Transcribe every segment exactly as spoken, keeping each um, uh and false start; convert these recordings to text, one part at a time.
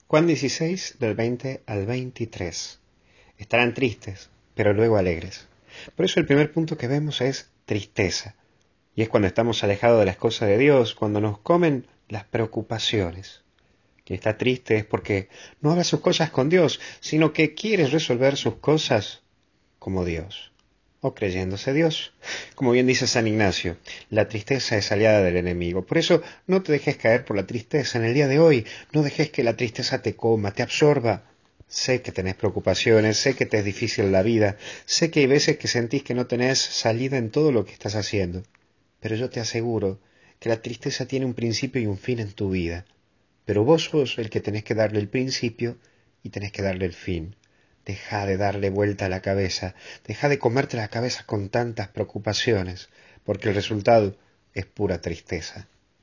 Juan dieciséis, del veinte al veintitrés. Estarán tristes, pero luego alegres. Por eso el primer punto que vemos es tristeza. Y es cuando estamos alejados de las cosas de Dios, cuando nos comen las preocupaciones. Quien está triste es porque no haga sus cosas con Dios, sino que quiere resolver sus cosas como Dios, o creyéndose Dios. Como bien dice San Ignacio, la tristeza es aliada del enemigo. Por eso no te dejes caer por la tristeza en el día de hoy. No dejes que la tristeza te coma, te absorba. Sé que tenés preocupaciones, sé que te es difícil la vida, sé que hay veces que sentís que no tenés salida en todo lo que estás haciendo. Pero yo te aseguro que la tristeza tiene un principio y un fin en tu vida. Pero vos sos el que tenés que darle el principio y tenés que darle el fin. Deja de darle vuelta a la cabeza, deja de comerte la cabeza con tantas preocupaciones, porque el resultado es pura tristeza.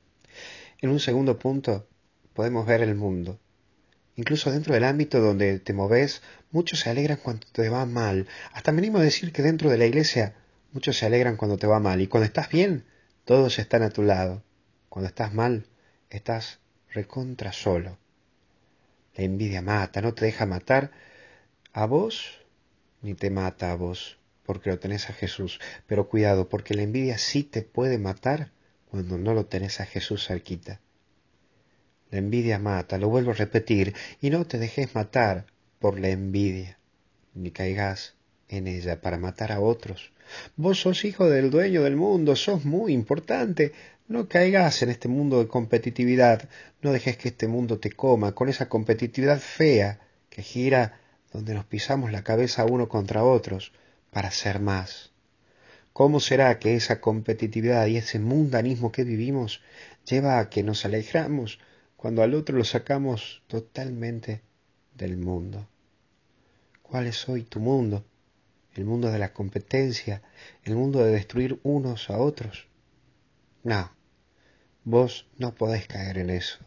En un segundo punto, podemos ver el mundo. Incluso dentro del ámbito donde te moves, muchos se alegran cuando te va mal. Hasta me animo a decir que dentro de la iglesia, muchos se alegran cuando te va mal. Y cuando estás bien, todos están a tu lado. Cuando estás mal, estás recontra solo. La envidia mata, no te deja matar a vos, ni te mata a vos, porque lo tenés a Jesús. Pero cuidado, porque la envidia sí te puede matar cuando no lo tenés a Jesús cerquita. La envidia mata, lo vuelvo a repetir, y no te dejes matar por la envidia, ni caigas en ella para matar a otros. Vos sos hijo del dueño del mundo, sos muy importante. No caigas en este mundo de competitividad, no dejes que este mundo te coma con esa competitividad fea que gira donde nos pisamos la cabeza uno contra otros para ser más. ¿Cómo será que esa competitividad y ese mundanismo que vivimos lleva a que nos alejamos cuando al otro lo sacamos totalmente del mundo? ¿Cuál es hoy tu mundo? ¿El mundo de la competencia? ¿El mundo de destruir unos a otros? No, vos no podés caer en eso.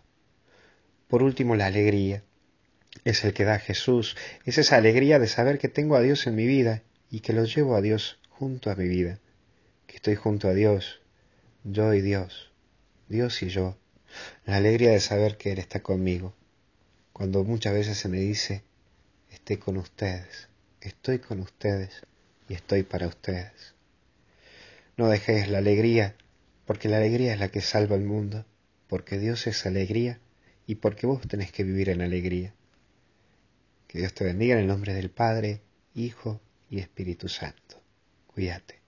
Por último, la alegría. Es el que da Jesús. Es esa alegría de saber que tengo a Dios en mi vida y que lo llevo a Dios junto a mi vida. Que estoy junto a Dios, yo y Dios, Dios y yo. La alegría de saber que Él está conmigo. Cuando muchas veces se me dice, estoy con ustedes, estoy con ustedes y estoy para ustedes. No dejéis la alegría, porque la alegría es la que salva el mundo, porque Dios es alegría y porque vos tenés que vivir en alegría. Que Dios te bendiga en el nombre del Padre, Hijo y Espíritu Santo. Cuídate.